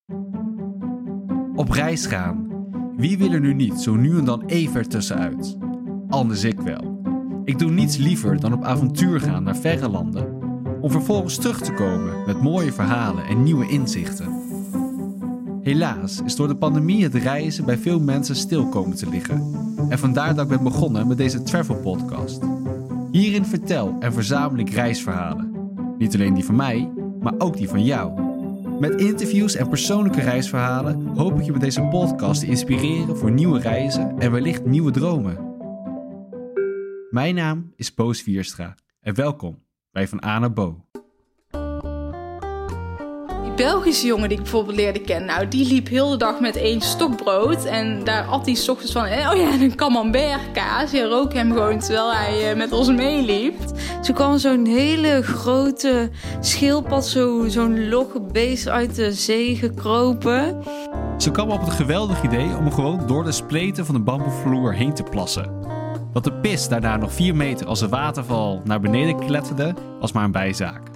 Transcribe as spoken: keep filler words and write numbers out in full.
Op reis gaan. Wie wil er nu niet zo nu en dan even ertussenuit? Anders ik wel. Ik doe niets liever dan op avontuur gaan naar verre landen. Om vervolgens terug te komen met mooie verhalen en nieuwe inzichten. Helaas is door de pandemie het reizen bij veel mensen stil komen te liggen. En vandaar dat ik ben begonnen met deze travel podcast. Hierin vertel en verzamel ik reisverhalen. Niet alleen die van mij, maar ook die van jou. Met interviews en persoonlijke reisverhalen hoop ik je met deze podcast te inspireren voor nieuwe reizen en wellicht nieuwe dromen. Mijn naam is Bo Swierstra en welkom bij Van A naar Bo. Die Belgische jongen die ik bijvoorbeeld leerde kennen, nou, die liep heel de dag met één stokbrood en daar at hij 's ochtends van, oh ja, een camembert kaas. Je rook hem gewoon terwijl hij uh, met ons meeliep. Zo kwam zo'n hele grote schildpad, zo, zo'n logge beest uit de zee gekropen. Ze kwam op het geweldig idee om gewoon door de spleten van de bamboevloer heen te plassen. Dat de pis daarna nog vier meter als een waterval naar beneden kletterde, was maar een bijzaak.